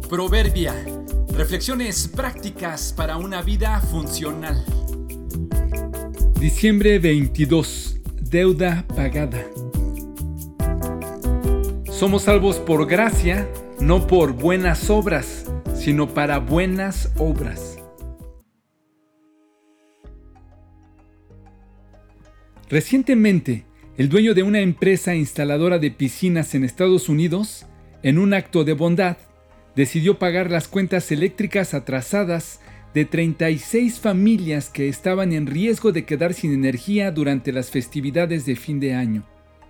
Proverbia. Reflexiones prácticas para una vida funcional. Diciembre 22. Deuda pagada. Somos salvos por gracia, no por buenas obras, sino para buenas obras. Recientemente, el dueño de una empresa instaladora de piscinas en Estados Unidos, en un acto de bondad, decidió pagar las cuentas eléctricas atrasadas de 36 familias que estaban en riesgo de quedar sin energía durante las festividades de fin de año.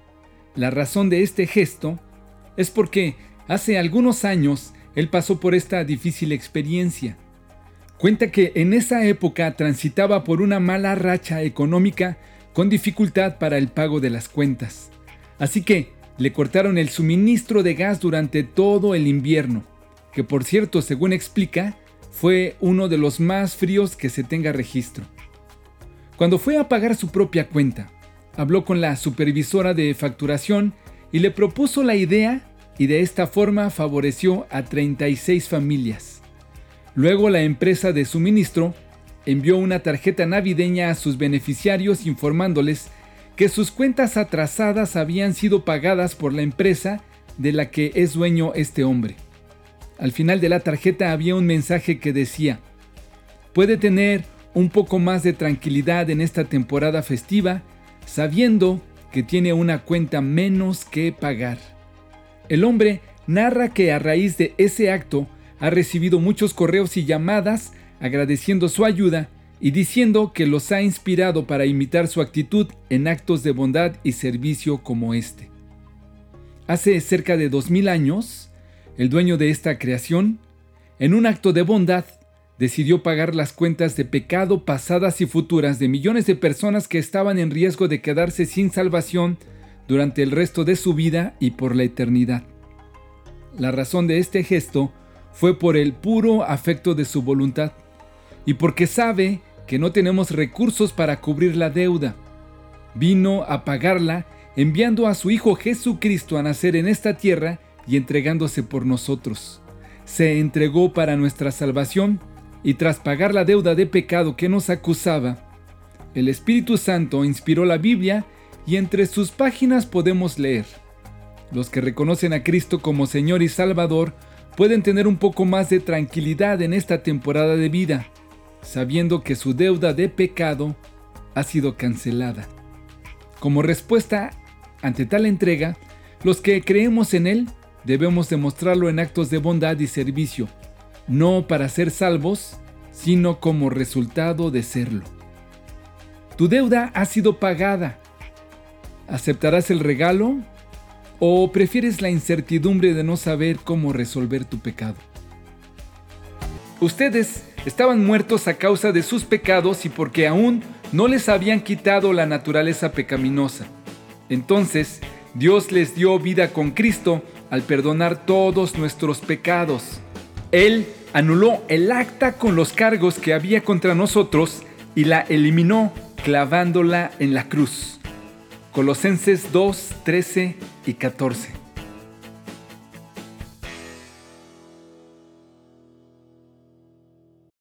La razón de este gesto es porque hace algunos años él pasó por esta difícil experiencia. Cuenta que en esa época transitaba por una mala racha económica con dificultad para el pago de las cuentas. Así que le cortaron el suministro de gas durante todo el invierno, que por cierto, según explica, fue uno de los más fríos que se tenga registro. Cuando fue a pagar su propia cuenta, habló con la supervisora de facturación y le propuso la idea, y de esta forma favoreció a 36 familias. Luego la empresa de suministro envió una tarjeta navideña a sus beneficiarios informándoles que sus cuentas atrasadas habían sido pagadas por la empresa de la que es dueño este hombre. Al final de la tarjeta había un mensaje que decía: puede tener un poco más de tranquilidad en esta temporada festiva, sabiendo que tiene una cuenta menos que pagar. El hombre narra que a raíz de ese acto ha recibido muchos correos y llamadas agradeciendo su ayuda y diciendo que los ha inspirado para imitar su actitud en actos de bondad y servicio como este. Hace cerca de 2000 años, el dueño de esta creación, en un acto de bondad, decidió pagar las cuentas de pecado pasadas y futuras de millones de personas que estaban en riesgo de quedarse sin salvación durante el resto de su vida y por la eternidad. La razón de este gesto fue por el puro afecto de su voluntad y porque sabe que no tenemos recursos para cubrir la deuda. Vino a pagarla enviando a su Hijo Jesucristo a nacer en esta tierra y entregándose por nosotros. Se entregó para nuestra salvación y tras pagar la deuda de pecado que nos acusaba, el Espíritu Santo inspiró la Biblia y entre sus páginas podemos leer: los que reconocen a Cristo como Señor y Salvador pueden tener un poco más de tranquilidad en esta temporada de vida, sabiendo que su deuda de pecado ha sido cancelada. Como respuesta ante tal entrega, los que creemos en Él debemos demostrarlo en actos de bondad y servicio, no para ser salvos, sino como resultado de serlo. Tu deuda ha sido pagada. ¿Aceptarás el regalo o prefieres la incertidumbre de no saber cómo resolver tu pecado? Ustedes estaban muertos a causa de sus pecados y porque aún no les habían quitado la naturaleza pecaminosa. Entonces, Dios les dio vida con Cristo al perdonar todos nuestros pecados. Él anuló el acta con los cargos que había contra nosotros y la eliminó clavándola en la cruz. Colosenses 2, 13 y 14.